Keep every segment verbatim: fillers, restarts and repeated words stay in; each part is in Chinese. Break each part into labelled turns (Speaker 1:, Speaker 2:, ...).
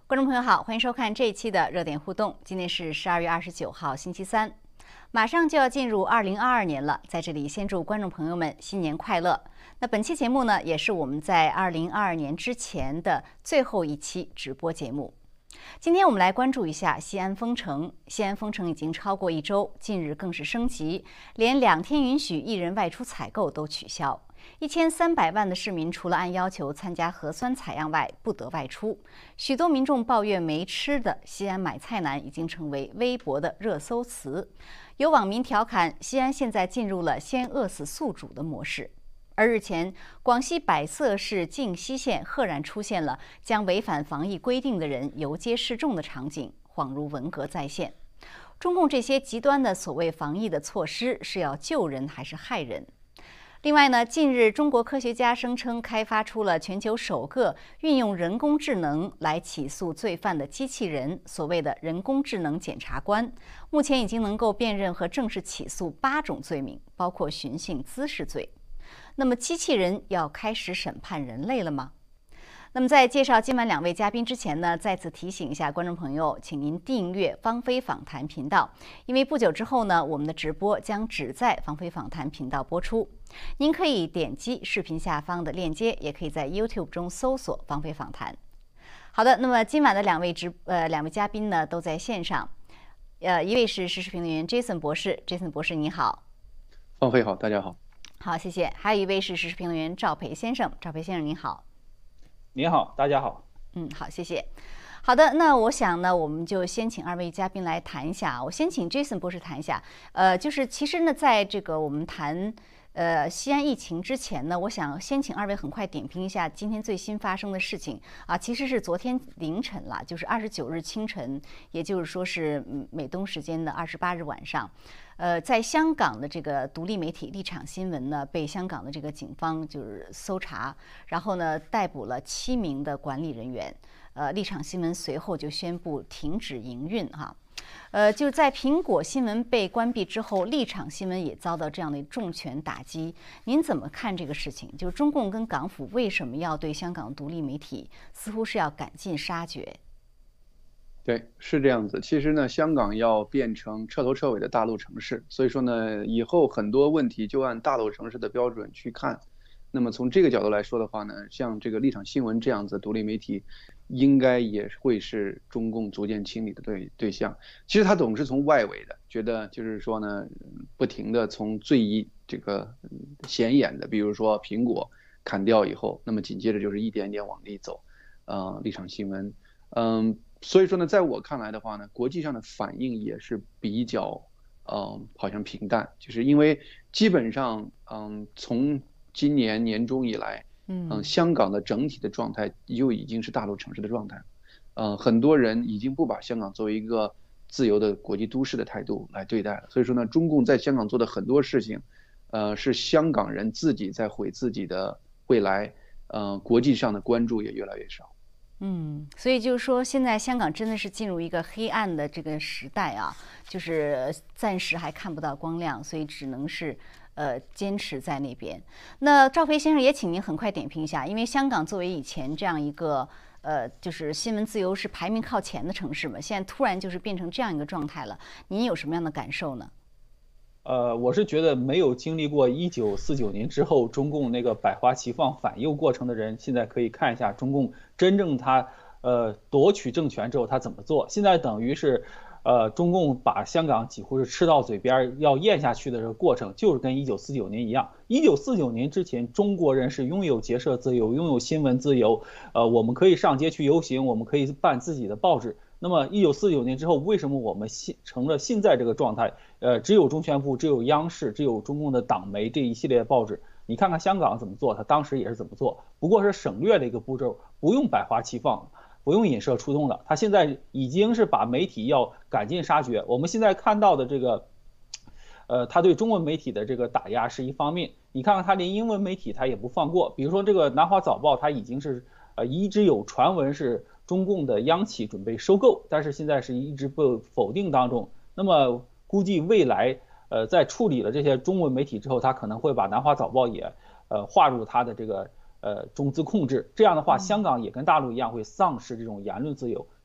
Speaker 1: 观众朋友好，欢迎收看这一期的热点互动。今天是十二月二十九号，星期三，马上就要进入二零二二年了。在这里，先祝观众朋友们新年快乐。那本期节目呢，也是我们在二零二二年之前的最后一期直播节目。今天我们来关注一下西安封城。西安封城已经超过一周，近日更是升级，连两天允许一人外出采购都取消。一千三百万的市民除了按要求参加核酸采样外，不得外出。许多民众抱怨没吃的，西安买菜难已经成为微博的热搜词。有网民调侃，西安现在进入了先饿死宿主的模式。而日前，广西百色市靖西县赫然出现了将违反防疫规定的人游街示众的场景，恍如文革再现。中共这些极端的所谓防疫的措施是要救人还是害人？另外呢，近日中国科学家声称开发出了全球首个运用人工智能来起诉罪犯的机器人，所谓的人工智能检察官，目前已经能够辨认和正式起诉八种罪名，包括寻衅滋事罪。那么，机器人要开始审判人类了吗？那么在介绍今晚两位嘉宾之前呢，再次提醒一下观众朋友，请您订阅芳菲访谈频道，因为不久之后呢，我们的直播将只在芳菲访谈频道播出。您可以点击视频下方的链接，也可以在 YouTube 中搜索芳菲访谈。好的，那么今晚的两位直呃两位嘉宾呢都在线上，呃，一位是时事评论员 Jason 博士 ，Jason 博士你好。
Speaker 2: 芳菲好，大家好。
Speaker 1: 好，谢谢。还有一位是时事评论员赵培先生，赵培先生您好。
Speaker 3: 你好，大家好。
Speaker 1: 嗯，好，谢谢。好的，那我想呢，我们就先请二位嘉宾来谈一下。我先请 Jason 博士谈一下。呃，就是其实呢，在这个我们谈呃西安疫情之前呢，我想先请二位很快点评一下今天最新发生的事情啊。其实是昨天凌晨了，就是二十九日清晨，也就是说是美东时间的二十八日晚上。呃，在香港的这个独立媒体立场新闻呢，被香港的这个警方就是搜查，然后呢逮捕了七名的管理人员。呃，立场新闻随后就宣布停止营运哈。呃，就是在苹果新闻被关闭之后，立场新闻也遭到这样的重拳打击。您怎么看这个事情？就是中共跟港府为什么要对香港独立媒体似乎是要赶尽杀绝？
Speaker 2: 对，是这样子。其实呢，香港要变成彻头彻尾的大陆城市，所以说呢，以后很多问题就按大陆城市的标准去看。那么从这个角度来说的话呢，像这个立场新闻这样子独立媒体，应该也会是中共逐渐清理的对对象。其实他总是从外围的，觉得就是说呢，不停的从最一这个显眼的，比如说苹果砍掉以后，那么紧接着就是一点点往里走，呃，立场新闻，嗯。所以说呢，在我看来的话呢，国际上的反应也是比较，嗯，好像平淡，就是因为基本上，嗯，从今年年中以来，嗯，香港的整体的状态又已经是大陆城市的状态，嗯，很多人已经不把香港作为一个自由的国际都市的态度来对待了。所以说呢，中共在香港做的很多事情，呃，是香港人自己在毁自己的未来，呃，国际上的关注也越来越少。
Speaker 1: 嗯，所以就是说，现在香港真的是进入一个黑暗的这个时代啊，就是暂时还看不到光亮，所以只能是呃坚持在那边。那赵培先生也请您很快点评一下，因为香港作为以前这样一个呃就是新闻自由是排名靠前的城市嘛，现在突然就是变成这样一个状态了，您有什么样的感受呢？
Speaker 3: 呃，我是觉得没有经历过一九四九年之后中共那个百花齐放反右过程的人，现在可以看一下中共真正他呃夺取政权之后他怎么做。现在等于是呃中共把香港几乎是吃到嘴边要咽下去的这个过程，就是跟一九四九年一样。一九四九年之前，中国人是拥有结社自由，拥有新闻自由，呃，我们可以上街去游行，我们可以办自己的报纸。那么一九四九年之后，为什么我们现成了现在这个状态？呃，只有中宣部，只有央视，只有中共的党媒这一系列报纸。你看看香港怎么做，他当时也是怎么做，不过是省略了一个步骤，不用百花齐放，不用引蛇出洞了。他现在已经是把媒体要赶尽杀绝。我们现在看到的这个，呃，他对中文媒体的这个打压是一方面，你看看他连英文媒体他也不放过，比如说这个南华早报，他已经是呃一直有传闻是中共的央企准备收购，但是现在是一直被否定当中。那么估计未来呃在处理了这些中文媒体之后，他可能会把南华早报也呃划入他的这个呃中资控制。这样的话，香港也跟大陆一样会丧失这种言论自由。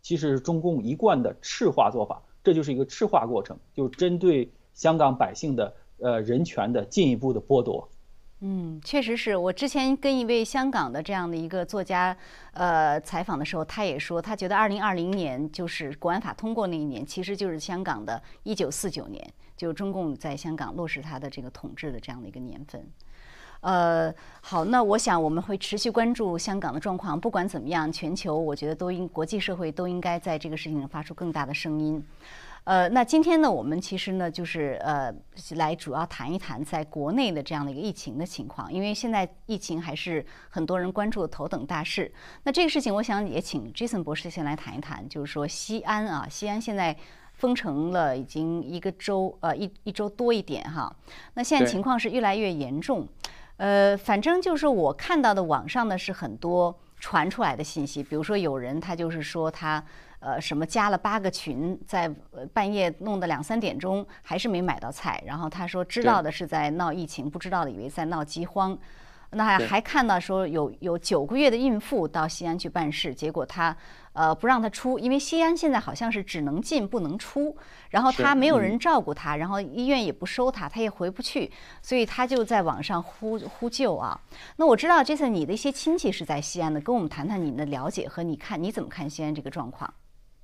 Speaker 3: 其实是中共一贯的赤化做法，这就是一个赤化过程，就针对香港百姓的呃人权的进一步的剥夺。
Speaker 1: 嗯，确实是我之前跟一位香港的这样的一个作家，呃，采访的时候，他也说，他觉得二零二零年就是国安法通过那一年，其实就是香港的一九四九年，就是中共在香港落实他的这个统治的这样的一个年份。呃，好，那我想我们会持续关注香港的状况，不管怎么样，全球我觉得都应国际社会都应该在这个事情上发出更大的声音。呃，那今天呢，我们其实呢，就是呃，来主要谈一谈在国内的这样的一个疫情的情况，因为现在疫情还是很多人关注的头等大事。那这个事情，我想也请 Jason 博士先来谈一谈，就是说西安啊，西安现在封城了已经一个周，呃，一一周多一点哈。那现在情况是越来越严重，呃，反正就是我看到的网上呢是很多传出来的信息，比如说有人他就是说他。呃，什么加了八个群，在半夜弄得两三点钟还是没买到菜，然后他说知道的是在闹疫情，不知道的以为在闹饥荒。那还还看到说有有九个月的孕妇到西安去办事，结果他呃不让他出，因为西安现在好像是只能进不能出，然后他没有人照顾他，然后医院也不收他，他也回不去，所以他就在网上呼呼救啊。那我知道Jason你的一些亲戚是在西安的，跟我们谈谈你的了解和你看你怎么看西安这个状况。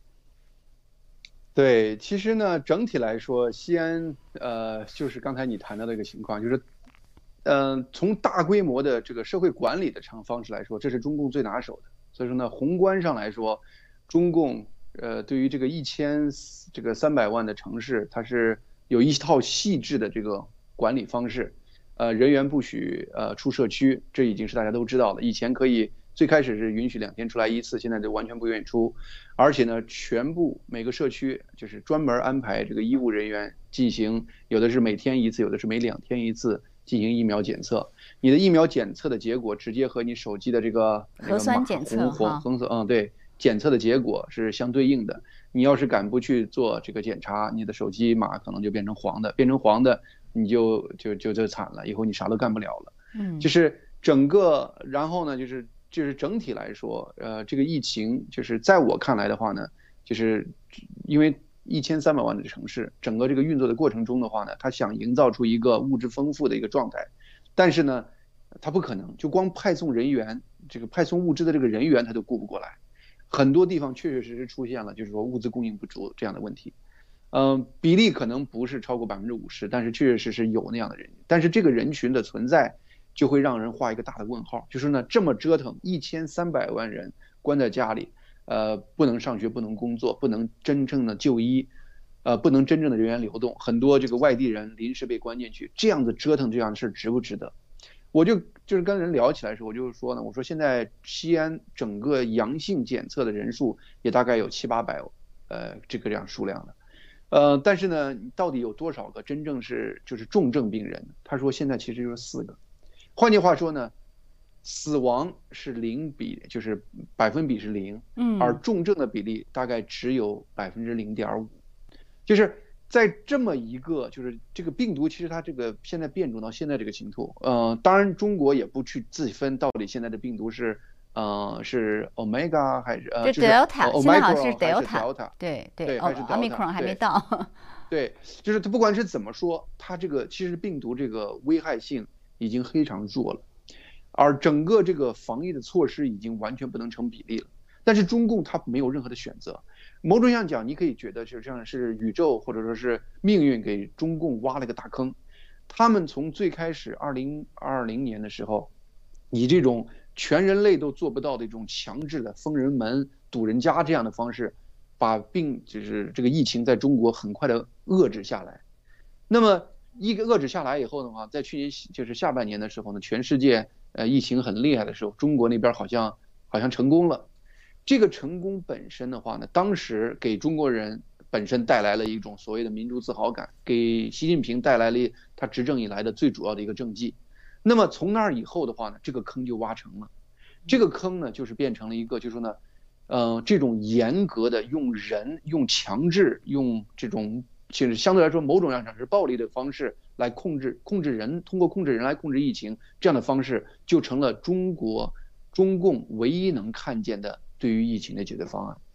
Speaker 2: 对，其实呢，整体来说，西安呃，就是刚才你谈到的一个情况，就是，嗯、呃，从大规模的这个社会管理的常方式来说，这是中共最拿手的。所以说呢，宏观上来说，中共呃对于这个一千这个三百万的城市，它是有一套细致的这个管理方式，呃，人员不许呃出社区，这已经是大家都知道的。以前可以。最开始是允许两天出来一次，现在就完全不愿意出，而且呢，全部每个社区就是专门安排这个医务人员进行，有的是每天一次，有的是每两天一次进行疫苗检测。你的疫苗检测的结果直接和你手机的这个
Speaker 1: 核酸检测
Speaker 2: 红红色嗯对检测的结果是相对应的。你要是敢不去做这个检查，你的手机码可能就变成黄的，变成黄的你就就就就惨了，以后你啥都干不了了。嗯，就是整个，然后呢就是。就是整体来说，呃，这个疫情就是在我看来的话呢，就是因为一千三百万的城市，整个这个运作的过程中的话呢，他想营造出一个物质丰富的一个状态，但是呢，他不可能，就光派送人员，这个派送物资的这个人员他都顾不过来，很多地方确确实实出现了就是说物资供应不足这样的问题，嗯、呃，比例可能不是超过百分之五十，但是确确实实有那样的人，但是这个人群的存在。就会让人画一个大的问号，就是呢，这么折腾，一千三百万人关在家里，呃，不能上学，不能工作，不能真正的就医，呃，不能真正的人员流动，很多这个外地人临时被关进去，这样子折腾这样的事值不值得？我就就是跟人聊起来的时候，我就是说呢，我说现在西安整个阳性检测的人数也大概有七八百，呃，这个这样数量的，呃，但是呢，到底有多少个真正是就是重症病人？他说现在其实就是四个。换句话说呢，死亡是零比，就是百分比是零，嗯，而重症的比例大概只有百分之零点五，就是在这么一个，就是这个病毒其实它这个现在变种到现在这个情况，呃，当然中国也不去自分到底现在的病毒是，呃，是 Omega 还是呃，
Speaker 1: 就是 Delta， 现在好像是 Delta， 对对
Speaker 2: 对，还是
Speaker 1: Omicron 还没到，
Speaker 2: 对，就是它不管是怎么说，它这个其实病毒这个危害性。已经非常弱了，而整个这个防疫的措施已经完全不能成比例了。但是中共它没有任何的选择，某种意义上讲，你可以觉得就这样是宇宙或者说是命运给中共挖了个大坑。他们从最开始二零二零年的时候，以这种全人类都做不到的一种强制的封人门、堵人家这样的方式，把病就是这个疫情在中国很快的遏制下来。那么一个遏制下来以后的话，在去年就是下半年的时候呢，全世界呃疫情很厉害的时候，中国那边好像好像成功了。这个成功本身的话呢，当时给中国人本身带来了一种所谓的民族自豪感，给习近平带来了他执政以来的最主要的一个政绩。那么从那儿以后的话呢，这个坑就挖成了。这个坑呢，就是变成了一个，就是说呢，呃，这种严格的用人、用强制、用这种。其实相对来说，某种意义上是暴力的方式来控制控制人，通过控制人来控制疫情，这样的方式就成了中国中共唯一能看见的对于疫情的解决方案。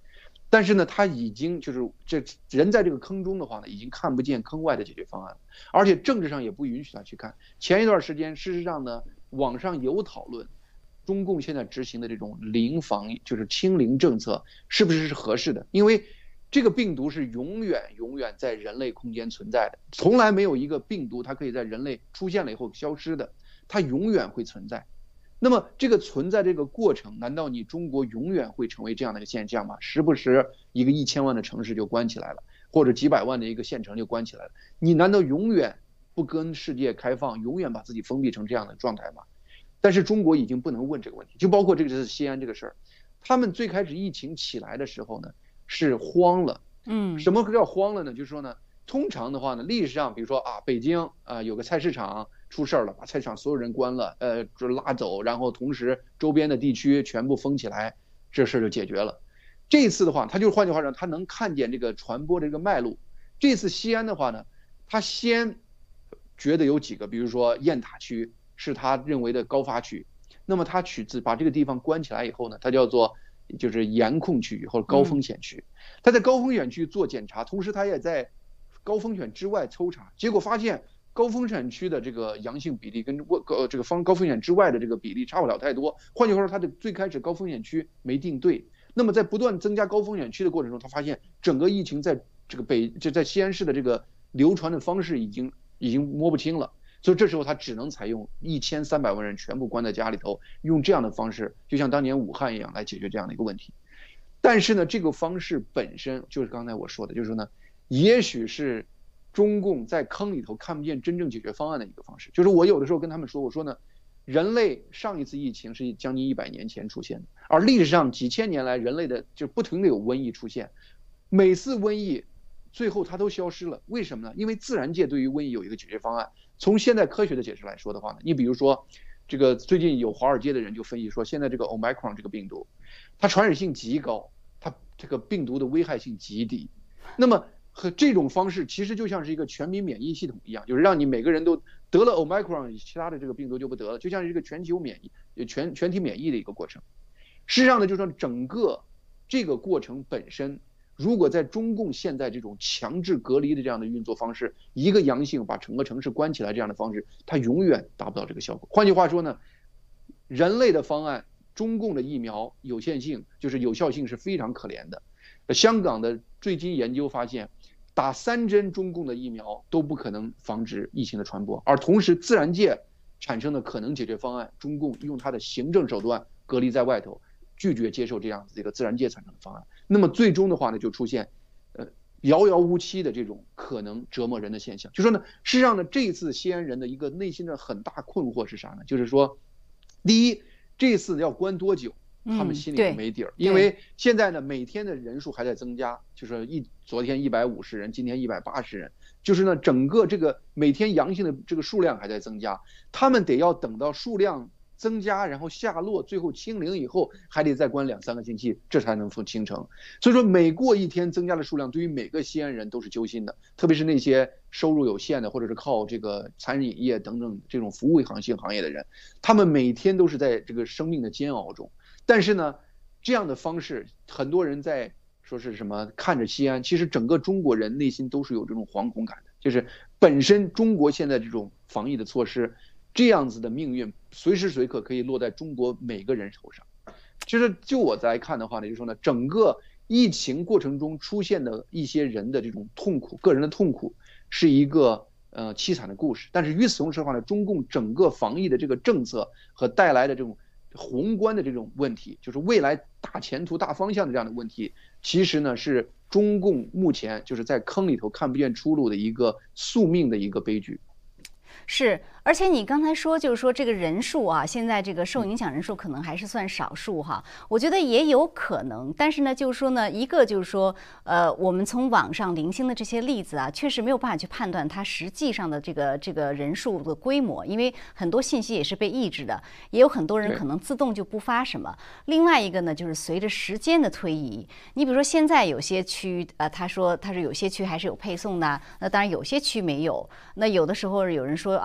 Speaker 2: 但是呢，他已经就是这人在这个坑中的话呢，已经看不见坑外的解决方案，而且政治上也不允许他去看。前一段时间，事实上呢，网上有讨论，中共现在执行的这种零防疫，就是清零政策，是不是是合适的？因为这个病毒是永远永远在人类空间存在的，从来没有一个病毒它可以在人类出现了以后消失的，它永远会存在。那么这个存在这个过程，难道你中国永远会成为这样的一个现象吗？时不时一个一千万的城市就关起来了，或者几百万的一个县城就关起来了，你难道永远不跟世界开放，永远把自己封闭成这样的状态吗？但是中国已经不能问这个问题，就包括这个是西安这个事儿，他们最开始疫情起来的时候呢，是慌了。
Speaker 1: 嗯，
Speaker 2: 什么叫慌了呢？就是说呢，通常的话呢，历史上比如说啊，北京啊有个菜市场出事儿了，把菜市场所有人关了，呃，就拉走，然后同时周边的地区全部封起来，这事儿就解决了。这次的话，他就换句话说，他能看见这个传播的这个脉络。这次西安的话呢，他先觉得有几个，比如说雁塔区是他认为的高发区，那么他取自把这个地方关起来以后呢，它叫做就是严控区域或者高风险区。他在高风险区做检查，同时他也在高风险之外抽查，结果发现高风险区的这个阳性比例跟呃这个方高风险之外的这个比例差不了太多。换句话说，他的最开始高风险区没定对。那么在不断增加高风险区的过程中，他发现整个疫情在这个北就在西安市的这个流传的方式已经已经摸不清了。所以这时候他只能采用一千三百万人全部关在家里头，用这样的方式，就像当年武汉一样来解决这样的一个问题。但是呢，这个方式本身就是刚才我说的，就是说呢，也许是中共在坑里头看不见真正解决方案的一个方式。就是我有的时候跟他们说，我说呢，人类上一次疫情是将近一百年前出现的，而历史上几千年来人类的就不停的有瘟疫出现，每次瘟疫最后它都消失了，为什么呢？因为自然界对于瘟疫有一个解决方案。从现在科学的解释来说的话呢，你比如说，这个最近有华尔街的人就分析说，现在这个 Omicron 这个病毒，它传染性极高，它这个病毒的危害性极低。那么和这种方式其实就像是一个全民免疫系统一样，就是让你每个人都得了 Omicron， 其他的这个病毒就不得了，就像是一个全球免疫、全全体免疫的一个过程。事实上呢，就是说整个这个过程本身，如果在中共现在这种强制隔离的这样的运作方式，一个阳性把整个城市关起来这样的方式，它永远达不到这个效果。换句话说呢，人类的方案，中共的疫苗有限性，就是有效性是非常可怜的。香港的最近研究发现，打三针中共的疫苗都不可能防止疫情的传播，而同时自然界产生的可能解决方案，中共用它的行政手段隔离在外头，拒绝接受这样子一个自然界产生的方案。那么最终的话呢，就出现呃遥遥无期的这种可能折磨人的现象。就说呢，事实上呢，这一次西安人的一个内心的很大困惑是啥呢？就是说，第一，这次要关多久，他们心里没底儿，
Speaker 1: 嗯、
Speaker 2: 因为现在呢，每天的人数还在增加，就是一昨天一百五十人，今天一百八十人，就是呢，整个这个每天阳性的这个数量还在增加，他们得要等到数量增加，然后下落，最后清零以后，还得再关两三个星期，这才能清城。所以说，每过一天增加的数量，对于每个西安人都是揪心的，特别是那些收入有限的，或者是靠这个餐饮业等等这种服务行性行业的人，他们每天都是在这个生命的煎熬中。但是呢，这样的方式，很多人在说是什么看着西安，其实整个中国人内心都是有这种惶恐感的，就是本身中国现在这种防疫的措施，这样子的命运随时随刻可以落在中国每个人手上。其实就我来看的话呢，就是说呢，整个疫情过程中出现的一些人的这种痛苦，个人的痛苦，是一个呃凄惨的故事。但是与此同时的话呢，中共整个防疫的这个政策和带来的这种宏观的这种问题，就是未来大前途大方向的这样的问题，其实呢是中共目前就是在坑里头看不见出路的一个宿命的一个悲剧。
Speaker 1: 是，而且你刚才说，就是说这个人数啊，现在这个受影响人数可能还是算少数哈。我觉得也有可能，但是呢，就是说呢，一个就是说，呃，我们从网上零星的这些例子啊，确实没有办法去判断它实际上的这个这个人数的规模，因为很多信息也是被抑制的，也有很多人可能自动就不发什么。另外一个呢，就是随着时间的推移，你比如说现在有些区，呃，他说他说有些区还是有配送的，那当然有些区没有。那有的时候有人说啊，这个政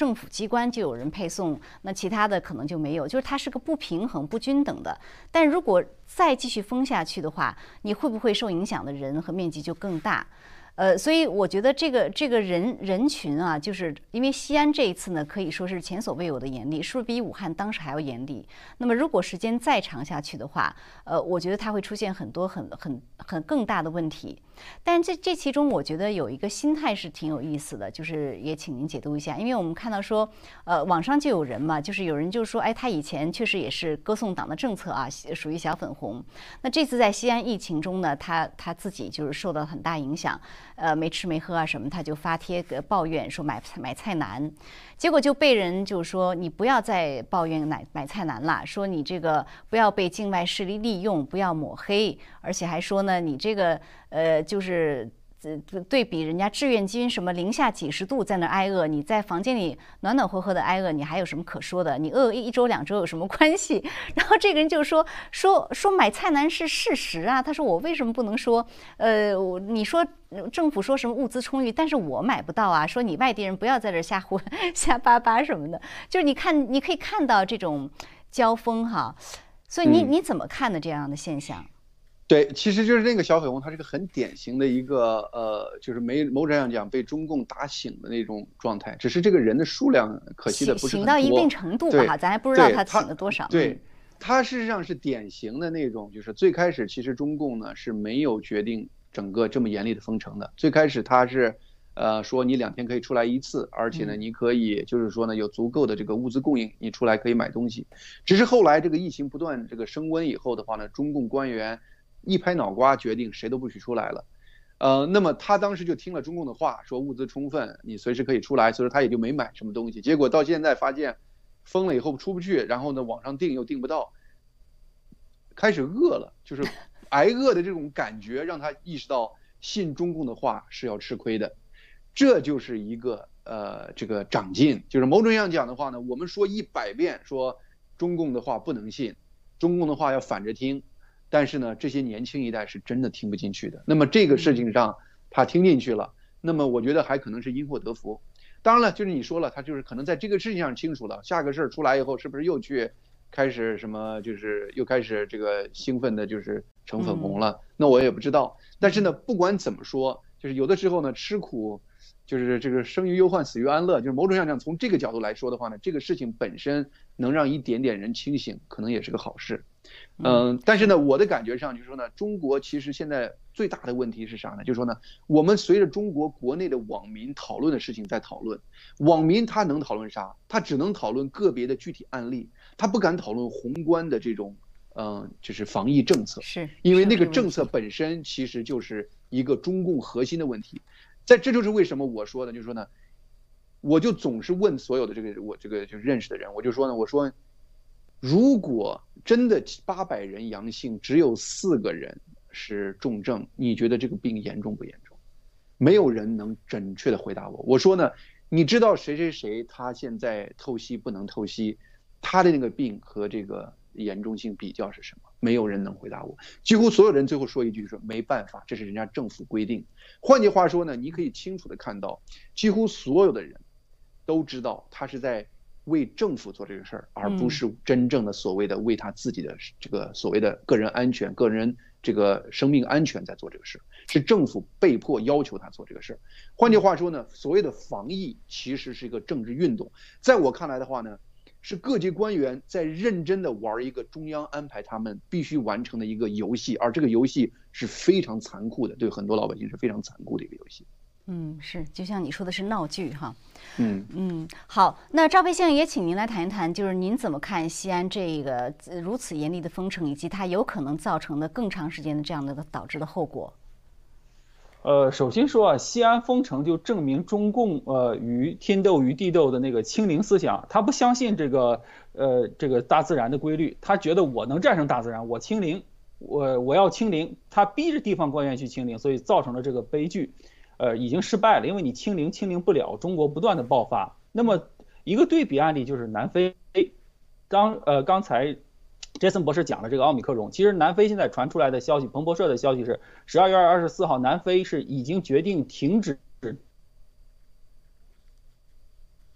Speaker 1: 政府机关就有人配送，那其他的可能就没有，就是它是个不平衡、不均等的。但如果再继续封下去的话，你会不会受影响的人和面积就更大？呃，所以我觉得这个这个人人群啊，就是因为西安这一次呢，可以说是前所未有的严厉，是不是比武汉当时还要严厉？那么如果时间再长下去的话，呃，我觉得它会出现很多很很很更大的问题。但这这其中，我觉得有一个心态是挺有意思的，就是也请您解读一下，因为我们看到说，呃，网上就有人嘛，就是有人就说，哎，他以前确实也是歌颂党的政策啊，属于小粉红。那这次在西安疫情中呢，他他自己就是受到很大影响，呃，没吃没喝啊什么，他就发帖抱怨说买买菜难，结果就被人就说你不要再抱怨买买菜难了，说你这个不要被境外势力利用，不要抹黑，而且还说呢，你这个呃就是对比人家志愿军什么零下几十度在那挨饿，你在房间里暖暖和和的挨饿，你还有什么可说的？你饿一周两周有什么关系？然后这个人就说说说买菜难是事实啊，他说我为什么不能说呃你说政府说什么物资充裕，但是我买不到啊，说你外地人不要在这瞎胡瞎巴巴什么的，就是你看你可以看到这种交锋哈，所以你你怎么看的这样的现象？
Speaker 2: 对，其实就是那个小粉红，他是个很典型的一个呃，就是没某种上讲被中共打醒的那种状态。只是这个人的数量可惜的不是很多，
Speaker 1: 醒到一定程度吧，咱还不知道他醒了多少。
Speaker 2: 对，他事实上是典型的那种，就是最开始其实中共呢是没有决定整个这么严厉的封城的。最开始他是呃说你两天可以出来一次，而且呢你可以就是说呢有足够的这个物资供应，你出来可以买东西。只是后来这个疫情不断这个升温以后的话呢，中共官员一拍脑瓜，决定谁都不许出来了，呃，那么他当时就听了中共的话，说物资充分，你随时可以出来，所以说他也就没买什么东西。结果到现在发现封了以后出不去，然后呢网上订又订不到，开始饿了，就是挨饿的这种感觉让他意识到信中共的话是要吃亏的。这就是一个呃这个长进，就是某种意义上讲的话呢，我们说一百遍说中共的话不能信，中共的话要反着听。但是呢，这些年轻一代是真的听不进去的。那么这个事情上，他听进去了，那么我觉得还可能是因祸得福。当然了，就是你说了，他就是可能在这个事情上清楚了，下个事儿出来以后，是不是又去开始什么，就是又开始这个兴奋的，就是成粉红了？那我也不知道。但是呢，不管怎么说，就是有的时候呢，吃苦就是这个生于忧患，死于安乐。就是某种意义上从这个角度来说的话呢，这个事情本身能让一点点人清醒，可能也是个好事。嗯，但是呢，我的感觉上就是说呢，中国其实现在最大的问题是啥呢？就是说呢，我们随着中国国内的网民讨论的事情在讨论，网民他能讨论啥？他只能讨论个别的具体案例，他不敢讨论宏观的这种，嗯，就是防疫政策，
Speaker 1: 是
Speaker 2: 因为那个政策本身其实就是一个中共核心的问题。在这就是为什么我说的，就是说呢，我就总是问所有的这个我这个就认识的人，我就说呢，我说。如果真的八百人阳性，只有四个人是重症，你觉得这个病严重不严重？没有人能准确的回答我。我说呢，你知道谁谁谁他现在透析不能透析，他的那个病和这个严重性比较是什么？没有人能回答我。几乎所有人最后说一句说没办法，这是人家政府规定。换句话说呢，你可以清楚的看到，几乎所有的人都知道他是在为政府做这个事儿，而不是真正的所谓的为他自己的这个所谓的个人安全、个人这个生命安全在做这个事，是政府被迫要求他做这个事。换句话说呢，所谓的防疫其实是一个政治运动，在我看来的话呢，是各级官员在认真的玩一个中央安排他们必须完成的一个游戏，而这个游戏是非常残酷的，对很多老百姓是非常残酷的一个游戏。
Speaker 1: 嗯，是，就像你说的是闹剧哈。
Speaker 2: 嗯
Speaker 1: 嗯，好，那赵飞先生也请您来谈一谈，就是您怎么看西安这个如此严厉的封城，以及它有可能造成的更长时间的这样的导致的后果。
Speaker 3: 呃，首先说啊，西安封城就证明中共呃与天斗与地斗的那个清零思想，他不相信这个呃这个大自然的规律，他觉得我能战胜大自然，我清零，我我要清零，他逼着地方官员去清零，所以造成了这个悲剧。呃，已经失败了，因为你清零清零不了，中国不断的爆发。那么一个对比案例就是南非，刚呃刚才杰森博士讲了这个奥密克戎，其实南非现在传出来的消息，彭博社的消息是十二月二十四号，南非是已经决定停止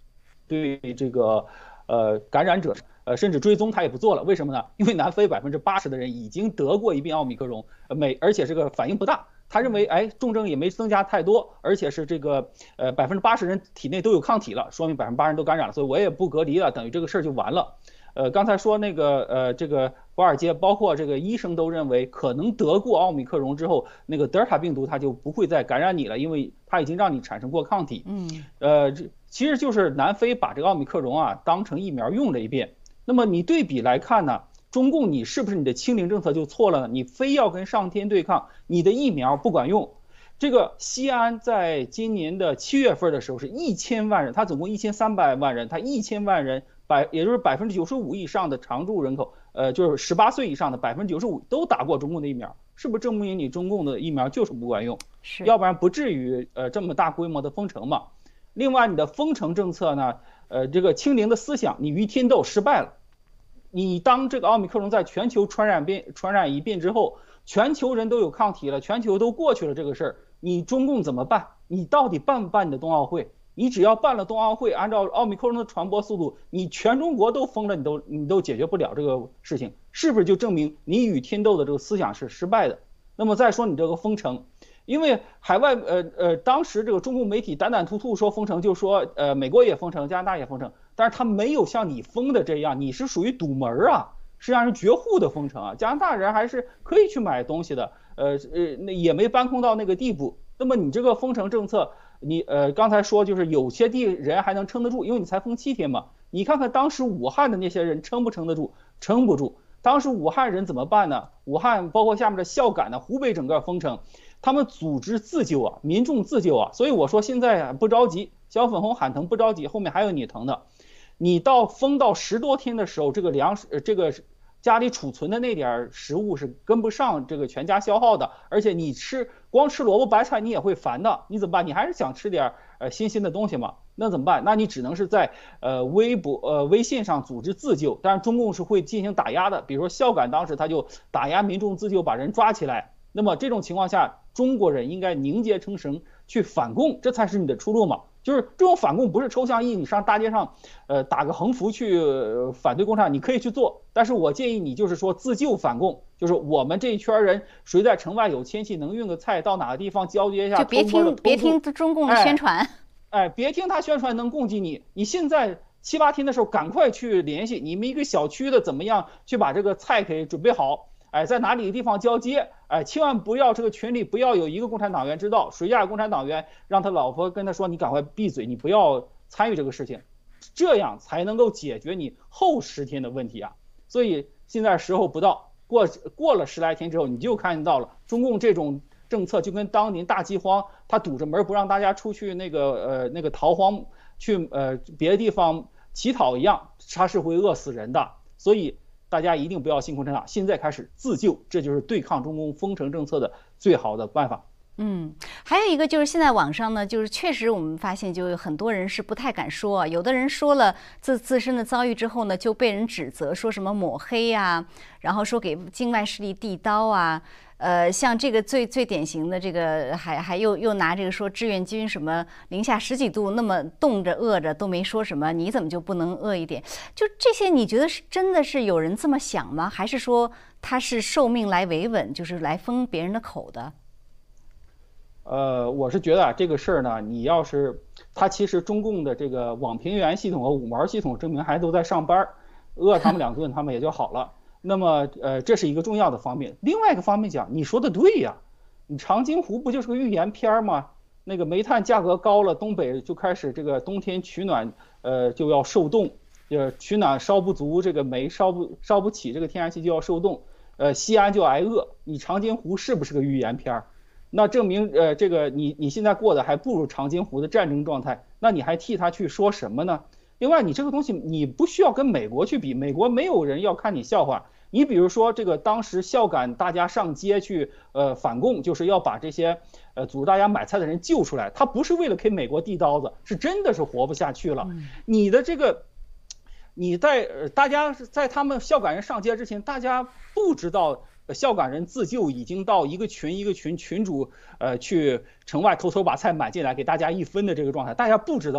Speaker 3: 对这个呃感染者呃甚至追踪他也不做了，为什么呢？因为南非百分之八十的人已经得过一遍奥密克戎，每而且这个反应不大。他认为，哎，重症也没增加太多，而且是这个，呃，百分之八十人体内都有抗体了，说明百分之八十人都感染了，所以我也不隔离了，等于这个事儿就完了。呃，刚才说那个，呃，这个华尔街，包括这个医生都认为，可能得过奥密克戎之后，那个德尔塔病毒它就不会再感染你了，因为它已经让你产生过抗体。
Speaker 1: 嗯，
Speaker 3: 呃，这其实就是南非把这个奥密克戎啊当成疫苗用了一遍。那么你对比来看呢？中共，你是不是你的清零政策就错了呢？你非要跟上天对抗，你的疫苗不管用。这个西安在今年的七月份的时候是一千万人，它总共一千三百万人，它一千万人百，也就是百分之九十五以上的常住人口，呃，就是十八岁以上的百分之九十五都打过中共的疫苗，是不是证明你中共的疫苗就是不管用？
Speaker 1: 是，
Speaker 3: 要不然不至于呃这么大规模的封城嘛。另外，你的封城政策呢，呃，这个清零的思想，你与天斗失败了。你当这个奥密克戎在全球传染遍传染一遍之后，全球人都有抗体了，全球都过去了这个事儿，你中共怎么办？你到底办不办你的冬奥会？你只要办了冬奥会，按照奥密克戎的传播速度，你全中国都封了，你都你都解决不了这个事情，是不是就证明你与天斗的这个思想是失败的？那么再说你这个封城。因为海外呃呃，当时这个中共媒体胆胆突突说封城，就说呃美国也封城，加拿大也封城，但是他没有像你封的这样，你是属于堵门啊，是让人绝户的封城啊。加拿大人还是可以去买东西的，呃呃，那也没搬空到那个地步。那么你这个封城政策，你呃刚才说就是有些地人还能撑得住，因为你才封七天嘛。你看看当时武汉的那些人撑不撑得住？撑不住。当时武汉人怎么办呢？武汉包括下面的孝感呢，湖北整个封城。他们组织自救啊，民众自救啊，所以我说现在啊不着急，小粉红喊疼不着急，后面还有你疼的。你到封到十多天的时候，这个粮食，这个家里储存的那点食物是跟不上这个全家消耗的，而且你吃光吃萝卜白菜你也会烦的，你怎么办？你还是想吃点呃新鲜的东西嘛？那怎么办？那你只能是在呃微博呃微信上组织自救，但是中共是会进行打压的，比如说孝感当时他就打压民众自救，把人抓起来。那么这种情况下，中国人应该凝结成绳去反共，这才是你的出路嘛。就是这种反共不是抽象意义，你上大街上，呃，打个横幅去反对共产党，你可以去做。但是我建议你就是说自救反共，就是我们这一圈人，谁在城外有亲戚能运个菜到哪个地方交接一下，
Speaker 1: 就别听别听中共的宣传，
Speaker 3: 哎，哎，别听他宣传能供给你。你现在七八天的时候，赶快去联系你们一个小区的怎么样去把这个菜给准备好。哎，在哪里的地方交接？哎，千万不要这个群里不要有一个共产党员知道，谁家有共产党员，让他老婆跟他说，你赶快闭嘴，你不要参与这个事情，这样才能够解决你后十天的问题啊。所以现在时候不到，过过了十来天之后，你就看到了中共这种政策就跟当年大饥荒，他堵着门不让大家出去那个呃那个逃荒去呃别的地方乞讨一样，他是会饿死人的。所以大家一定不要信共产党，现在开始自救，这就是对抗中共封城政策的最好的办法。
Speaker 1: 嗯，还有一个就是现在网上呢，就是确实我们发现，就有很多人是不太敢说，有的人说了自自身的遭遇之后呢，就被人指责，说什么抹黑呀、啊，然后说给境外势力递刀啊。呃，像这个最最典型的这个，还还又又拿这个说志愿军什么零下十几度那么冻着饿着都没说什么，你怎么就不能饿一点？就这些，你觉得是真的是有人这么想吗？还是说他是受命来维稳，就是来封别人的口的？
Speaker 3: 呃，我是觉得啊，这个事儿呢，你要是他其实中共的这个网评员系统和五毛系统证明还都在上班，饿他们两顿他们也就好了。那么呃，这是一个重要的方面。另外一个方面讲，你说的对呀，你长津湖不就是个预言片吗？那个煤炭价格高了，东北就开始这个冬天取暖，呃就要受冻，呃取暖烧不足，这个煤烧不烧不起，这个天然气就要受冻，呃西安就挨饿。你长津湖是不是个预言片？那证明呃这个你你现在过的还不如长津湖的战争状态，那你还替他去说什么呢？另外，你这个东西你不需要跟美国去比，美国没有人要看你笑话。你比如说这个当时孝感大家上街去呃反共，就是要把这些呃组织大家买菜的人救出来，他不是为了给美国递刀子，是真的是活不下去了。你的这个你在呃大家在他们孝感人上街之前，大家不知道孝感人自救已经到一个群一个群群主呃去城外偷偷把菜买进来给大家一分的这个状态，大家不知道啊。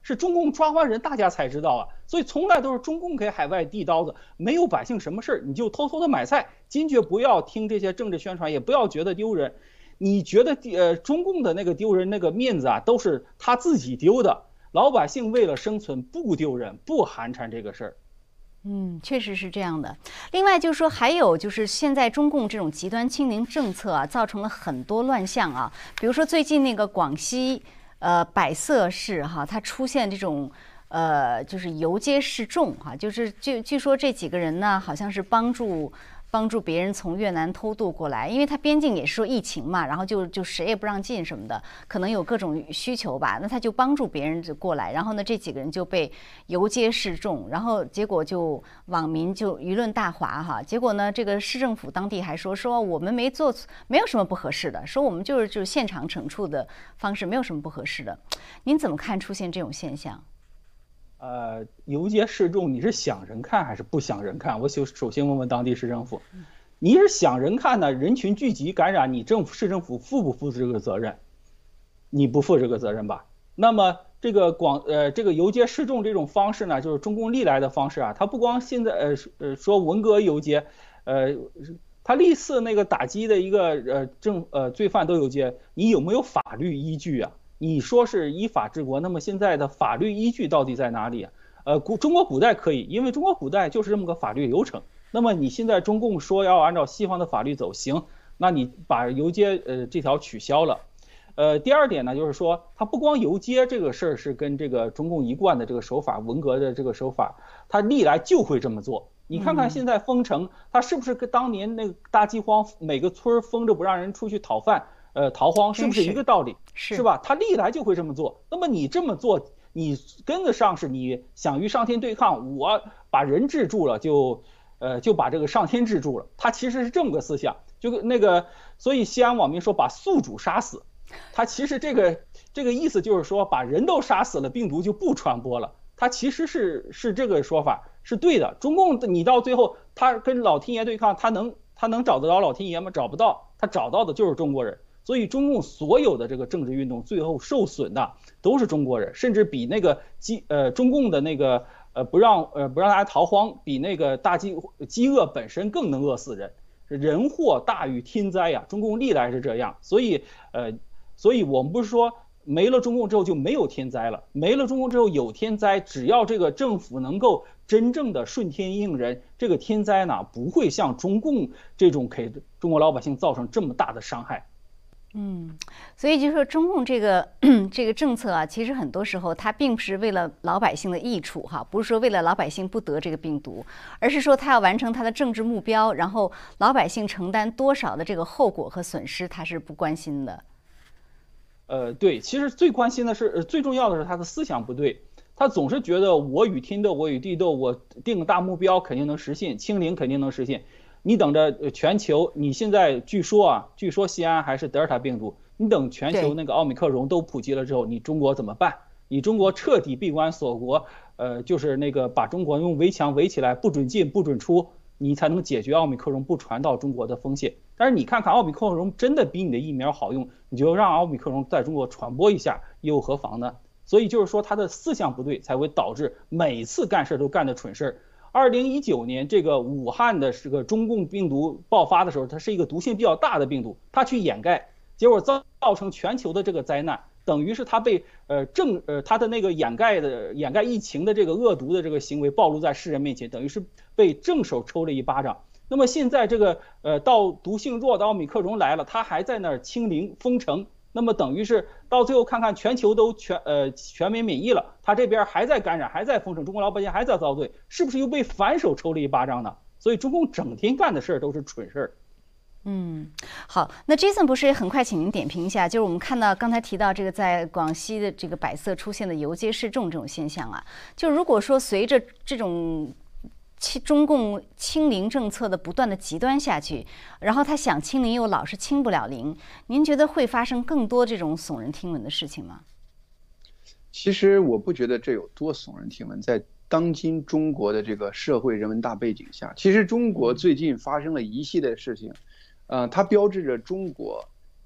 Speaker 3: 是中共抓完人大家才知道啊。所以从来都是中共给海外递刀子，没有百姓什么事儿，你就偷偷的买菜，坚决不要听这些政治宣传，也不要觉得丢人。你觉得呃中共的那个丢人那个面子啊，都是他自己丢的。老百姓为了生存不丢人不寒碜这个事儿。
Speaker 1: 嗯，确实是这样的。另外就是说，还有就是现在中共这种极端清零政策啊，造成了很多乱象啊。比如说最近那个广西呃百色市哈，它出现这种呃就是游街示众哈，就是据据说这几个人呢，好像是帮助。帮助别人从越南偷渡过来，因为他边境也是说疫情嘛，然后就就谁也不让进什么的，可能有各种需求吧，那他就帮助别人就过来，然后呢这几个人就被游街示众，然后结果就网民就舆论大哗哈，结果呢这个市政府当地还说说我们没做没有什么不合适的，说我们就是就是现场惩处的方式没有什么不合适的，您怎么看出现这种现象？
Speaker 3: 呃，游街示众，你是想人看还是不想人看？我首首先问问当地市政府，你是想人看呢？人群聚集感染，你政府市政府负不负这个责任？你不负这个责任吧？那么这个广呃这个游街示众这种方式呢，就是中共历来的方式啊，它不光现在呃呃说文革游街，呃，它历次那个打击的一个呃政呃罪犯都游街，你有没有法律依据啊？你说是依法治国，那么现在的法律依据到底在哪里啊？呃，古中国古代可以，因为中国古代就是这么个法律流程。那么你现在中共说要按照西方的法律走，行，那你把游街呃这条取消了。呃，第二点呢，就是说它不光游街这个事儿是跟这个中共一贯的这个手法，文革的这个手法，它历来就会这么做。你看看现在封城，它是不是跟当年那个大饥荒，每个村封着不让人出去讨饭？呃，逃荒是不是一个道理？
Speaker 1: 是
Speaker 3: 是吧？他历来就会这么做。那么你这么做，你跟得上是你想与上天对抗，我把人治住了，就呃就把这个上天治住了。他其实是这么个思想，就那个，所以西安网民说把宿主杀死，他其实这个这个意思就是说把人都杀死了，病毒就不传播了。他其实是是这个说法是对的。中共你到最后他跟老天爷对抗，他能他能找得着老天爷吗？找不到，他找到的就是中国人。所以中共所有的这个政治运动最后受损的都是中国人，甚至比那个饥呃中共的那个呃不让呃不让大家逃荒，比那个大饥饥饿本身更能饿死人，人祸大于天灾呀，中共历来是这样。所以呃所以我们不是说没了中共之后就没有天灾了，没了中共之后有天灾，只要这个政府能够真正的顺天应人，这个天灾呢不会像中共这种给中国老百姓造成这么大的伤害。
Speaker 1: 嗯，所以就说中共这个这个政策啊，其实很多时候它并不是为了老百姓的益处哈，不是说为了老百姓不得这个病毒，而是说他要完成他的政治目标，然后老百姓承担多少的这个后果和损失，他是不关心的。
Speaker 3: 呃，对，其实最关心的是，最重要的是他的思想不对，他总是觉得我与天斗，我与地斗，我定个大目标肯定能实现，清零肯定能实现。你等着全球，你现在据说啊，据说西安还是德尔塔病毒，你等全球那个奥密克戎都普及了之后，你中国怎么办？你中国彻底闭关锁国，呃，就是那个把中国用围墙围起来，不准进不准出，你才能解决奥密克戎不传到中国的风险。但是你看看奥密克戎真的比你的疫苗好用，你就让奥密克戎在中国传播一下，又何妨呢？所以就是说他的思想不对，才会导致每次干事都干的蠢事儿。二零一九年这个武汉的这个中共病毒爆发的时候，它是一个毒性比较大的病毒，它去掩盖，结果造造成全球的这个灾难，等于是它被呃正呃它的那个掩盖的掩盖疫情的这个恶毒的这个行为暴露在世人面前，等于是被正手抽了一巴掌。那么现在这个呃到毒性弱的奥密克戎来了，它还在那儿清零封城。那么等于是到最后看看全球都全呃全民免疫了，他这边还在感染，还在封城，中国老百姓还在遭罪，是不是又被反手抽了一巴掌呢？所以中共整天干的事儿都是蠢事儿。
Speaker 1: 嗯，好，那 Jason 不是很快请您点评一下，就是我们看到刚才提到这个在广西的这个百色出现的游街示众这种现象啊，就如果说随着这种中共清零政策的不断的极端下去，然后他想清零又老是清不了零，您觉得会发生更多这种耸人听闻的事情吗？
Speaker 2: 其实我不觉得这有多耸人听闻，在当今中国的这个社会人文大背景下，其实中国最近发生了一系列事情，呃，它标志着中国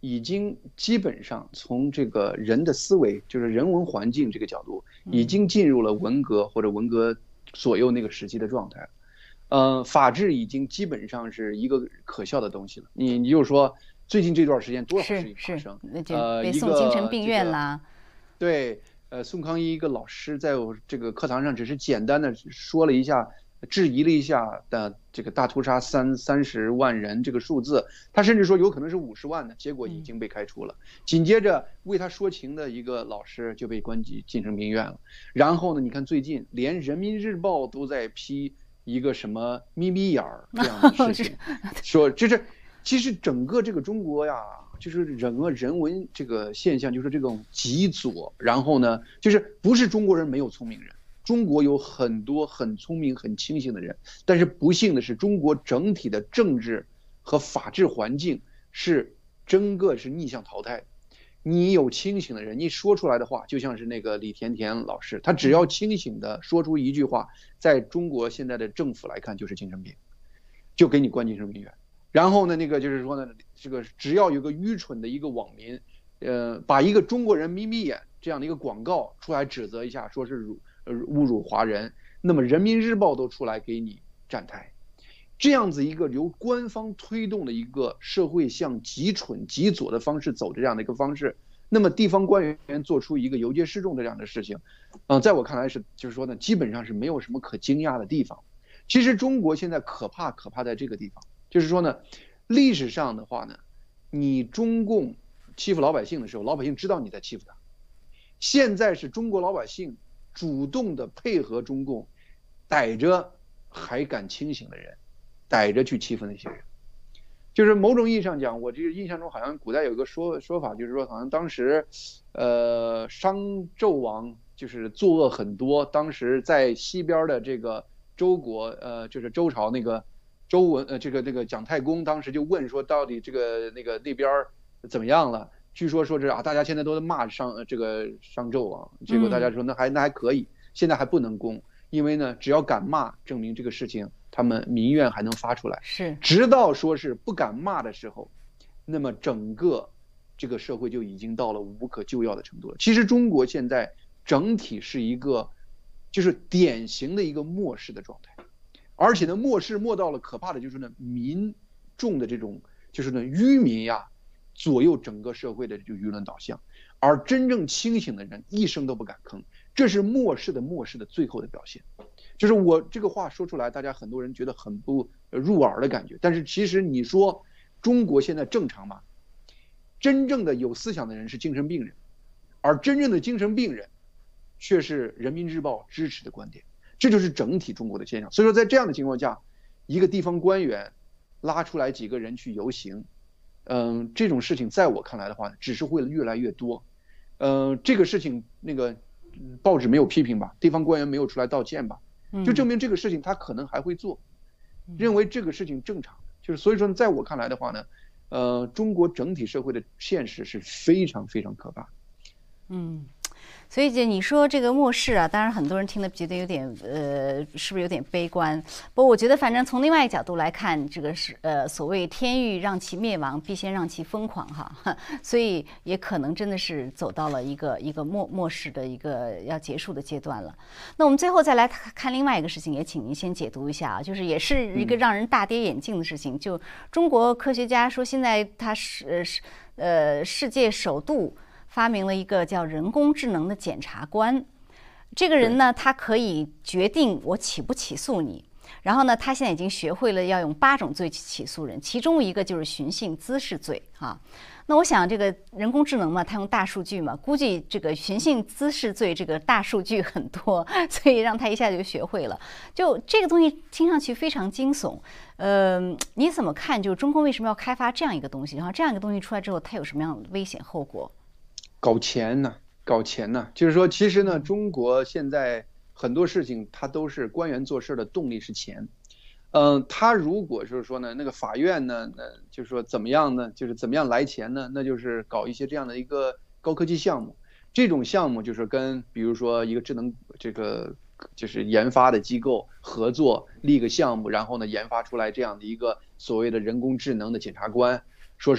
Speaker 2: 已经基本上从这个人的思维，就是人文环境这个角度，已经进入了文革或者文革左右那个时期的状态。呃，法治已经基本上是一个可笑的东西了。你你就说最近这段时间多少事情发生，
Speaker 1: 呃，被送精神病院啦。
Speaker 2: 这个、对，呃，宋康一一个老师在我这个课堂上只是简单的说了一下。质疑了一下的这个大屠杀三三十万人这个数字，他甚至说有可能是五十万的，结果已经被开除了。紧接着为他说情的一个老师就被关进精神病院了。然后呢，你看最近连人民日报都在批一个什么眯眯眼儿这样的事情，说这是其实整个这个中国呀，就是整个人文这个现象就是这种极左，然后呢，就是不是中国人没有聪明人。中国有很多很聪明很清醒的人，但是不幸的是中国整体的政治和法治环境是整个是逆向淘汰。你有清醒的人，你说出来的话就像是那个李甜甜老师，他只要清醒的说出一句话，在中国现在的政府来看就是精神病，就给你关精神病院。然后呢，那个就是说呢，这个只要有个愚蠢的一个网民，呃，把一个中国人眯眯眼这样的一个广告出来指责一下，说是辱呃侮辱华人，那么人民日报都出来给你站台。这样子一个由官方推动的一个社会向极蠢极左的方式走的这样的一个方式，那么地方官员做出一个游街示众的这样的事情，嗯、呃，在我看来是就是说呢，基本上是没有什么可惊讶的地方。其实中国现在可怕可怕在这个地方，就是说呢，历史上的话呢，你中共欺负老百姓的时候，老百姓知道你在欺负他。现在是中国老百姓主动的配合中共，逮着还敢清醒的人，逮着去欺负那些人。就是某种意义上讲，我这个印象中好像古代有一个说说法，就是说好像当时，呃，商纣王就是作恶很多，当时在西边的这个周国，呃，就是周朝那个周文，呃，这个那个蒋太公当时就问说，到底这个那个那边怎么样了？据说说是啊，大家现在都在骂商这个商纣王，结果大家说那还那还可以，现在还不能攻，因为呢，只要敢骂，证明这个事情他们民怨还能发出来。
Speaker 1: 是，
Speaker 2: 直到说是不敢骂的时候，那么整个这个社会就已经到了无可救药的程度了。其实中国现在整体是一个就是典型的一个漠视的状态，而且呢，漠视漠到了可怕的就是呢，民众的这种就是呢愚民呀。左右整个社会的就舆论导向，而真正清醒的人一声都不敢吭，这是漠视的漠视的最后的表现。就是我这个话说出来，大家很多人觉得很不入耳的感觉，但是其实你说中国现在正常吗？真正的有思想的人是精神病人，而真正的精神病人却是人民日报支持的观点，这就是整体中国的现象。所以说在这样的情况下，一个地方官员拉出来几个人去游行，嗯，这种事情在我看来的话，只是会越来越多。嗯，这个事情那个报纸没有批评吧，地方官员没有出来道歉吧，就证明这个事情他可能还会做，认为这个事情正常。就是所以说，在我看来的话呢，呃，中国整体社会的现实是非常非常可怕。
Speaker 1: 嗯。所以，姐，你说这个末世啊，当然很多人听了觉得有点，呃，是不是有点悲观？不过我觉得，反正从另外一个角度来看，这个是呃，所谓天欲让其灭亡，必先让其疯狂哈。所以也可能真的是走到了一个一个末末世的一个要结束的阶段了。那我们最后再来看另外一个事情，也请您先解读一下啊，就是也是一个让人大跌眼镜的事情。就中国科学家说，现在他是是呃世界首度发明了一个叫人工智能的检察官，这个人呢，他可以决定我起不起诉你。然后呢，他现在已经学会了要用八种罪去起诉人，其中一个就是寻衅滋事罪哈。那我想这个人工智能嘛，它用大数据嘛，估计这个寻衅滋事罪这个大数据很多，所以让他一下就学会了。就这个东西听上去非常惊悚，呃，你怎么看？就中国为什么要开发这样一个东西？然后这样一个东西出来之后，它有什么样的危险后果？
Speaker 2: 搞钱呢、啊，搞钱呢、啊，就是说，其实呢，中国现在很多事情，它都是官员做事的动力是钱。嗯、呃，他如果就是说呢，那个法院呢，那就是说怎么样呢？就是怎么样来钱呢？那就是搞一些这样的一个高科技项目。这种项目就是跟比如说一个智能这个就是研发的机构合作立个项目，然后呢研发出来这样的一个所谓的人工智能的检察官。说是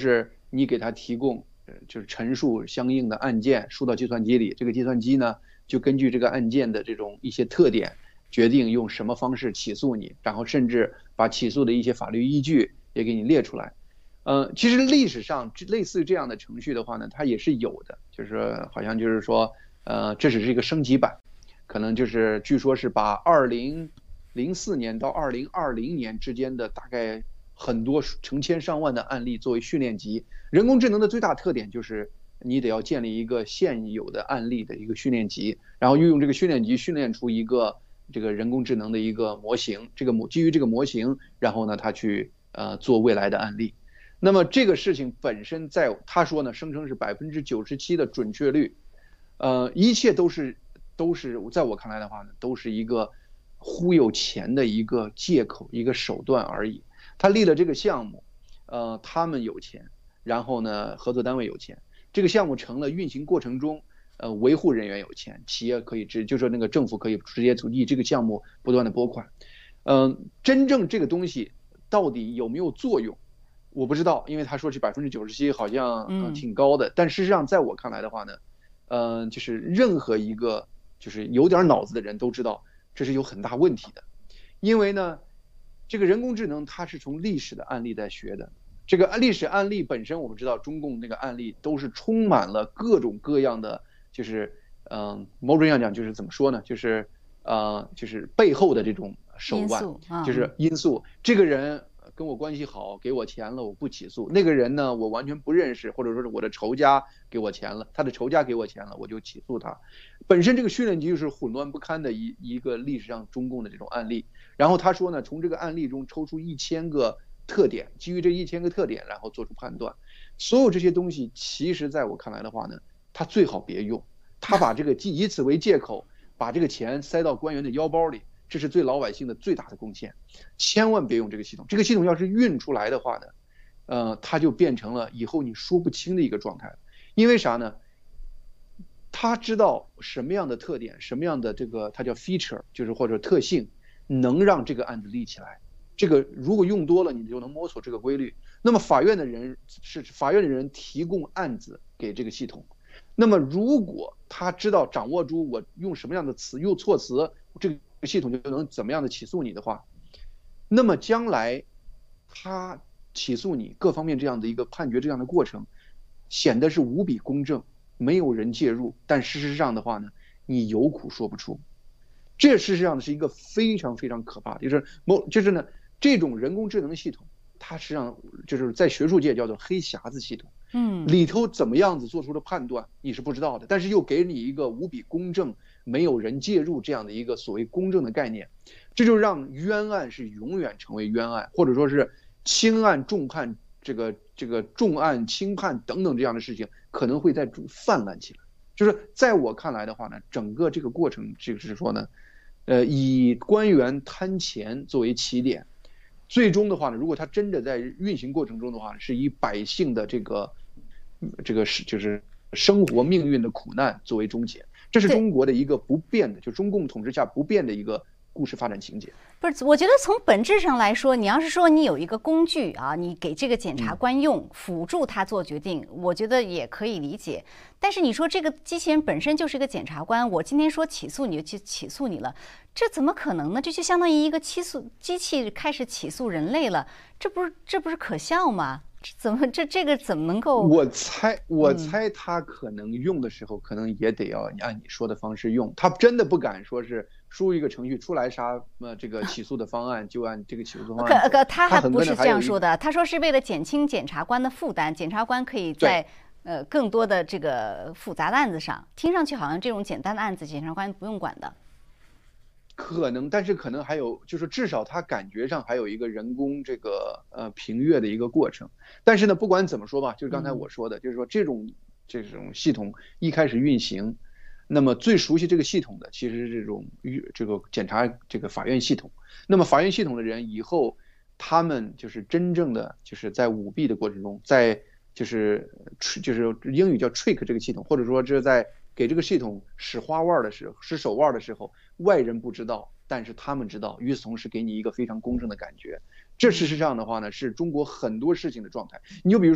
Speaker 2: 你给他提供呃就是陈述相应的案件输到计算机里，这个计算机呢就根据这个案件的这种一些特点，决定用什么方式起诉你，然后甚至把起诉的一些法律依据也给你列出来。呃，其实历史上类似于这样的程序的话呢，它也是有的，就是好像就是说，呃，这只是一个升级版，可能就是据说是把二零零四年到二零二零年之间的大概很多成千上万的案例作为训练集。人工智能的最大特点就是你得要建立一个现有的案例的一个训练集，然后运用这个训练集训练出一个这个人工智能的一个模型，这个模基于这个模型，然后呢，他去呃做未来的案例。那么这个事情本身在他说呢，声称是百分之九十七的准确率，呃，一切都是都是在我看来的话呢，都是一个忽悠钱的一个借口，一个手段而已。他立了这个项目，呃，他们有钱，然后呢，合作单位有钱，这个项目成了，运行过程中，呃，维护人员有钱，企业可以直，就是那个政府可以直接以这个项目不断的拨款，嗯、呃，真正这个东西到底有没有作用？我不知道，因为他说是百分之九十七，好像呃挺高的，但事实上在我看来的话呢，呃，就是任何一个就是有点脑子的人都知道这是有很大问题的，因为呢，这个人工智能它是从历史的案例在学的，这个历史案例本身我们知道，中共那个案例都是充满了各种各样的，就是嗯、呃，某种意义上讲就是怎么说呢，就是呃，就是背后的这种手腕，
Speaker 1: 啊、
Speaker 2: 就是因素，这个人跟我关系好，给我钱了，我不起诉。那个人呢，我完全不认识，或者说是我的仇家给我钱了，他的仇家给我钱了，我就起诉他。本身这个训练集就是混乱不堪的一一个历史上中共的这种案例。然后他说呢，从这个案例中抽出一千个特点，基于这一千个特点，然后做出判断。所有这些东西，其实在我看来的话呢，他最好别用。他把这个以此为借口，把这个钱塞到官员的腰包里。这是对老百姓的最大的贡献，千万别用这个系统。这个系统要是运出来的话呢，呃，它就变成了以后你说不清的一个状态了。因为啥呢？他知道什么样的特点，什么样的这个它叫 feature， 就是或者特性，能让这个案子立起来。这个如果用多了，你就能摸索这个规律。那么法院的人是法院的人提供案子给这个系统。那么如果他知道掌握住我用什么样的词，用措辞，这个系统就能怎么样的起诉你的话，那么将来他起诉你各方面这样的一个判决这样的过程，显得是无比公正，没有人介入。但事实上的话呢，你有苦说不出。这事实上是一个非常非常可怕的，就是某就是呢这种人工智能系统，它实际上就是在学术界叫做黑匣子系统。
Speaker 1: 嗯，
Speaker 2: 里头怎么样子做出的判断你是不知道的，但是又给你一个无比公正，没有人介入这样的一个所谓公正的概念，这就让冤案是永远成为冤案，或者说是轻案重判，这个这个重案轻判等等这样的事情可能会在泛滥起来。就是在我看来的话呢，整个这个过程就是说呢，呃，以官员贪钱作为起点。最终的话呢，如果他真的在运行过程中的话，是以百姓的这个这个是就是生活命运的苦难作为终结，这是中国的一个不变的，就中共统治下不变的一个故事发展情节。
Speaker 1: 不是，我觉得从本质上来说，你要是说你有一个工具啊，你给这个检察官用，嗯、辅助他做决定，我觉得也可以理解。但是你说这个机器人本身就是个检察官，我今天说起诉你就去起诉你了，这怎么可能呢？这就相当于一个起诉机器开始起诉人类了，这不是这不是可笑吗？怎么这这个怎么能够？
Speaker 2: 我猜我猜他可能用的时候，嗯、可能也得要按你说的方式用。他真的不敢说是输入一个程序出来啥呃这个起诉的方案就按这个起诉方案。
Speaker 1: 可可他还不是这样说的，他说是为了减轻检察官的负担，检察官可以在呃更多的这个复杂的案子上，听上去好像这种简单的案子检察官不用管的。
Speaker 2: 可能，但是可能还有，就是至少他感觉上还有一个人工这个呃评阅的一个过程。但是呢，不管怎么说吧，就是刚才我说的，嗯、就是说这种这种系统一开始运行，那么最熟悉这个系统的其实是这种这个检察这个法院系统。那么法院系统的人以后，他们就是真正的就是在舞弊的过程中，在就是就是英语叫 trick 这个系统，或者说这在给这个系统使花腕的时候，使手腕的时候，外人不知道，但是他们知道。与此同时，给你一个非常公正的感觉。这事实上的话呢，是中国很多事情的状态。你就比如说吧，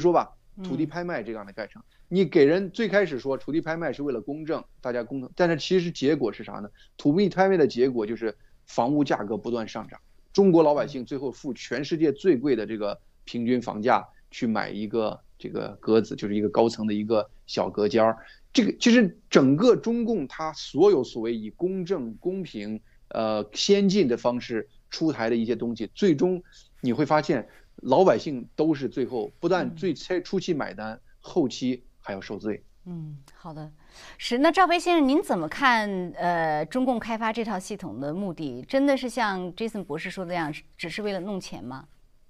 Speaker 2: 土地拍卖这样的过程。你给人最开始说土地拍卖是为了公正，大家公正，但是其实结果是啥呢？土地拍卖的结果就是房屋价格不断上涨，中国老百姓最后付全世界最贵的这个平均房价去买一个这个格子，就是一个高层的一个小隔间儿。这个其实整个中共它所有所谓以公正、公平、呃先进的方式出台的一些东西，最终你会发现老百姓都是最后不但最初期买单，后期还要受罪。
Speaker 1: 嗯，好的，是。那赵培先生，您怎么看？呃，中共开发这套系统的目的，真的是像 Jason 博士说的那样，只是为了弄钱吗？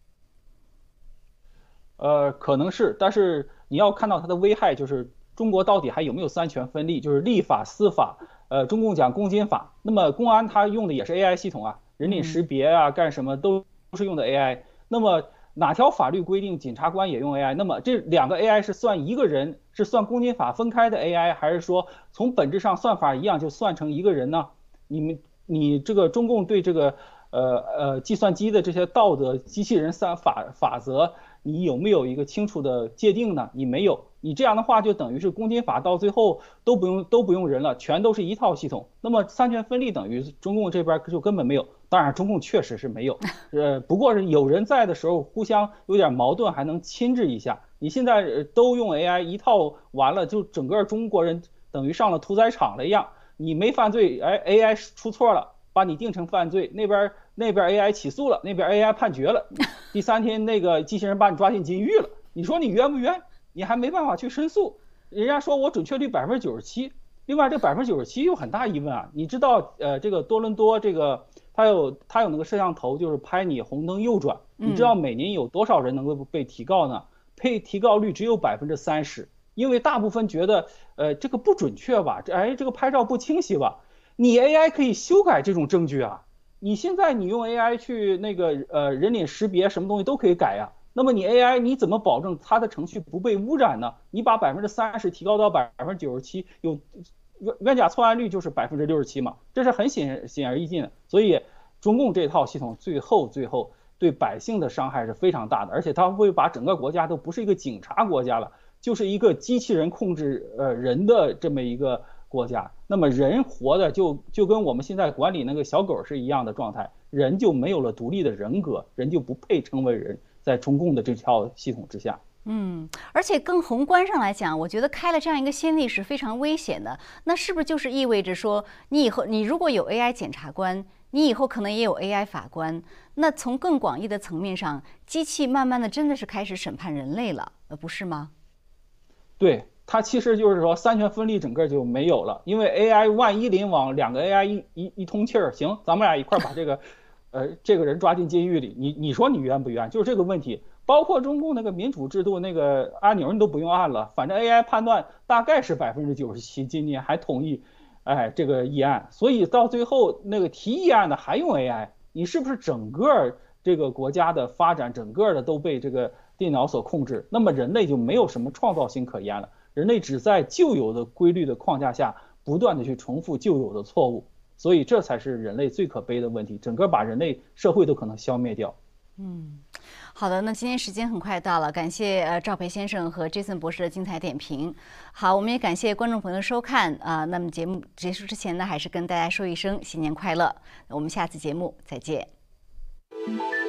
Speaker 3: 呃，可能是，但是你要看到它的危害，就是中国到底还有没有三权分立？就是立法、司法，呃，中共讲公检法，那么公安它用的也是 A I 系统啊，人脸识别啊，干什么都是用的 A I。那么哪条法律规定检察官也用 A I？ 那么这两个 A I 是算一个人，是算公检法分开的 A I， 还是说从本质上算法一样就算成一个人呢？你们你这个中共对这个呃呃计算机的这些道德机器人三法法则，你有没有一个清楚的界定呢？你没有，你这样的话就等于是公检法到最后都不用都不用人了，全都是一套系统。那么三权分立等于中共这边就根本没有。当然，中共确实是没有，呃，不过是有人在的时候，互相有点矛盾，还能亲制一下。你现在都用 A I 一套完了，就整个中国人等于上了屠宰场了一样。你没犯罪，哎 ，A I 出错了，把你定成犯罪，那边那边 A I 起诉了，那边 A I 判决了，第三天那个机器人把你抓进监狱了。你说你冤不冤？你还没办法去申诉，人家说我准确率百分之九十七。另外，这百分之九十七有很大疑问啊！你知道，呃，这个多伦多这个。它有它有那个摄像头，就是拍你红灯右转。你知道每年有多少人能够被提告呢？被提告率只有百分之三十，因为大部分觉得，呃，这个不准确吧？这哎，这个拍照不清晰吧？你 A I 可以修改这种证据啊！你现在你用 A I 去那个呃人脸识别什么东西都可以改呀。那么你 A I 你怎么保证它的程序不被污染呢？你把百分之三十提高到百分之九十七，有。冤假错案率就是百分之六十七嘛，这是很显显而易见的。所以中共这套系统最后最后对百姓的伤害是非常大的，而且它会把整个国家都不是一个警察国家了，就是一个机器人控制呃人的这么一个国家。那么人活的就就跟我们现在管理那个小狗是一样的状态，人就没有了独立的人格，人就不配称为人，在中共的这套系统之下。
Speaker 1: 嗯，而且更宏观上来讲，我觉得开了这样一个先例是非常危险的。那是不是就是意味着说，你以后你如果有 A I 检察官，你以后可能也有 A I 法官？那从更广义的层面上，机器慢慢的真的是开始审判人类了，呃，不是吗？
Speaker 3: 对，它其实就是说三权分立整个就没有了，因为 A I 万一联网，两个 A I 一一一通气儿，行，咱们俩一块把这个，呃，这个人抓进监狱里，你你说你冤不冤？就是这个问题。包括中共那个民主制度那个按钮你都不用按了，反正 A I 判断大概是百分之九十七，今年还同意，哎，这个议案，所以到最后那个提议案的还用 A I， 你是不是整个这个国家的发展，整个的都被这个电脑所控制？那么人类就没有什么创造性可言了，人类只在旧有的规律的框架下不断的去重复旧有的错误，所以这才是人类最可悲的问题，整个把人类社会都可能消灭掉。
Speaker 1: 嗯。好的，那今天时间很快到了，感谢呃赵培先生和 Jason 博士的精彩点评。好，我们也感谢观众朋友的收看啊、呃。那么节目结束之前呢，还是跟大家说一声新年快乐。我们下次节目再见。